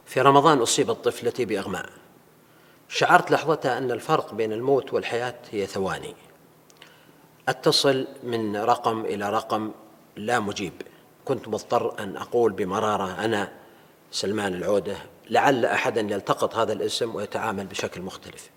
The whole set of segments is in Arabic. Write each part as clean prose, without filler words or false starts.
في رمضان أصيبت طفلتي بإغماء. شعرت لحظتها أن الفرق بين الموت والحياة هي ثواني. أتصل من رقم إلى رقم لا مجيب. كنت مضطر أن أقول بمرارة: أنا سلمان العودة، لعل أحدا يلتقط هذا الاسم ويتعامل بشكل مختلف.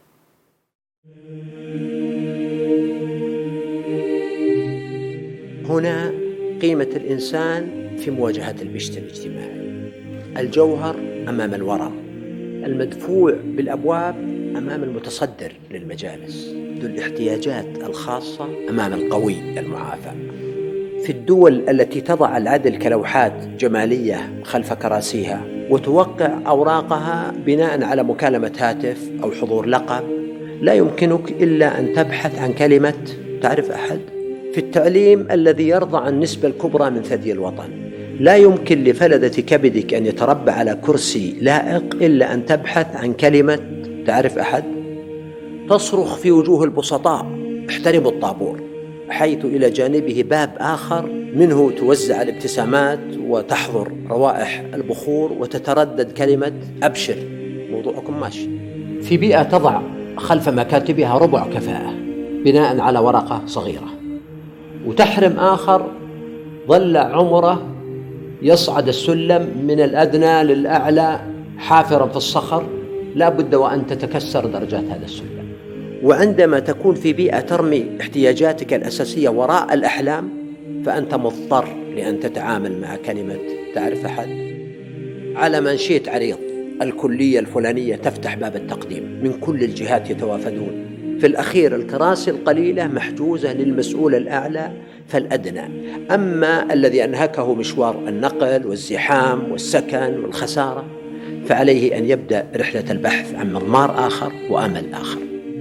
هنا قيمة الإنسان في مواجهة البشت الاجتماعي، الجوهر أمام الورى، المدفوع بالأبواب أمام المتصدر للمجالس، ذو الاحتياجات الخاصة أمام القوي المعافى. في الدول التي تضع العدل كلوحات جمالية خلف كراسيها وتوقع أوراقها بناء على مكالمة هاتف أو حضور لقب، لا يمكنك إلا أن تبحث عن كلمة تعرف أحد. في التعليم الذي يرضع النسبة الكبرى من ثدي الوطن، لا يمكن لفلذة كبدك أن يتربى على كرسي لائق إلا أن تبحث عن كلمة تعرف أحد. تصرخ في وجوه البسطاء: احترموا الطابور، حيث إلى جانبه باب آخر منه توزع الابتسامات وتحضر روائح البخور وتتردد كلمة أبشر موضوعكم ماشي. في بيئة تضع خلف مكاتبها ربع كفاءة بناء على ورقة صغيرة، وتحرم آخر ظل عمره يصعد السلم من الأدنى للأعلى حافرا في الصخر، لا بد وأن تتكسر درجات هذا السلم. وعندما تكون في بيئة ترمي احتياجاتك الأساسية وراء الأحلام، فأنت مضطر لأن تتعامل مع كلمة تعرف أحد. على منشية عريض: الكلية الفلانية تفتح باب التقديم، من كل الجهات يتوافدون. في الأخير الكراسي القليلة محجوزة للمسؤول الأعلى فالأدنى، أما الذي أنهكه مشوار النقل والزحام والسكن والخسارة فعليه أن يبدأ رحلة البحث عن مضمار آخر وأمل آخر.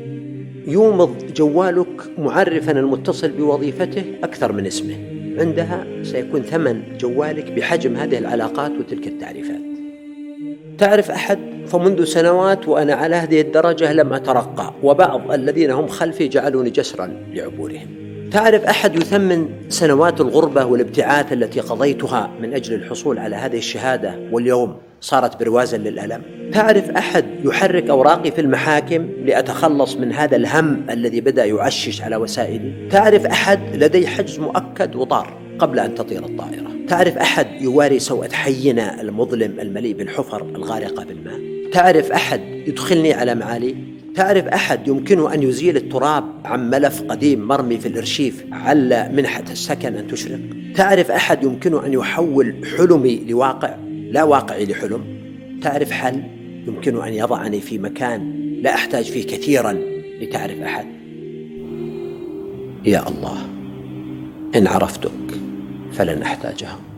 يومض جوالك معرفا المتصل بوظيفته أكثر من اسمه، عندها سيكون ثمن جوالك بحجم هذه العلاقات وتلك التعريفات. تعرف أحد؟ فمنذ سنوات وأنا على هذه الدرجة لم أترقى، وبعض الذين هم خلفي جعلوني جسرا لعبورهم. تعرف أحد يثمن سنوات الغربة والابتعاث التي قضيتها من أجل الحصول على هذه الشهادة، واليوم صارت بروازا للألم. تعرف أحد يحرك أوراقي في المحاكم لأتخلص من هذا الهم الذي بدأ يعشش على وسائلي. تعرف أحد لدي حجز مؤكد وطار قبل أن تطير الطائرة. تعرف أحد يواري سوءة حينا المظلم المليء بالحفر الغارقة بالماء. تعرف أحد يدخلني على معالي. تعرف أحد يمكنه أن يزيل التراب عن ملف قديم مرمي في الأرشيف على منحة السكن أن تشرق. تعرف أحد يمكنه أن يحول حلمي لواقع، لا واقعي لحلم. تعرف حل يمكنه أن يضعني في مكان لا أحتاج فيه كثيرا لتعرف أحد. يا الله، إن عرفتك فلن أحتاجها.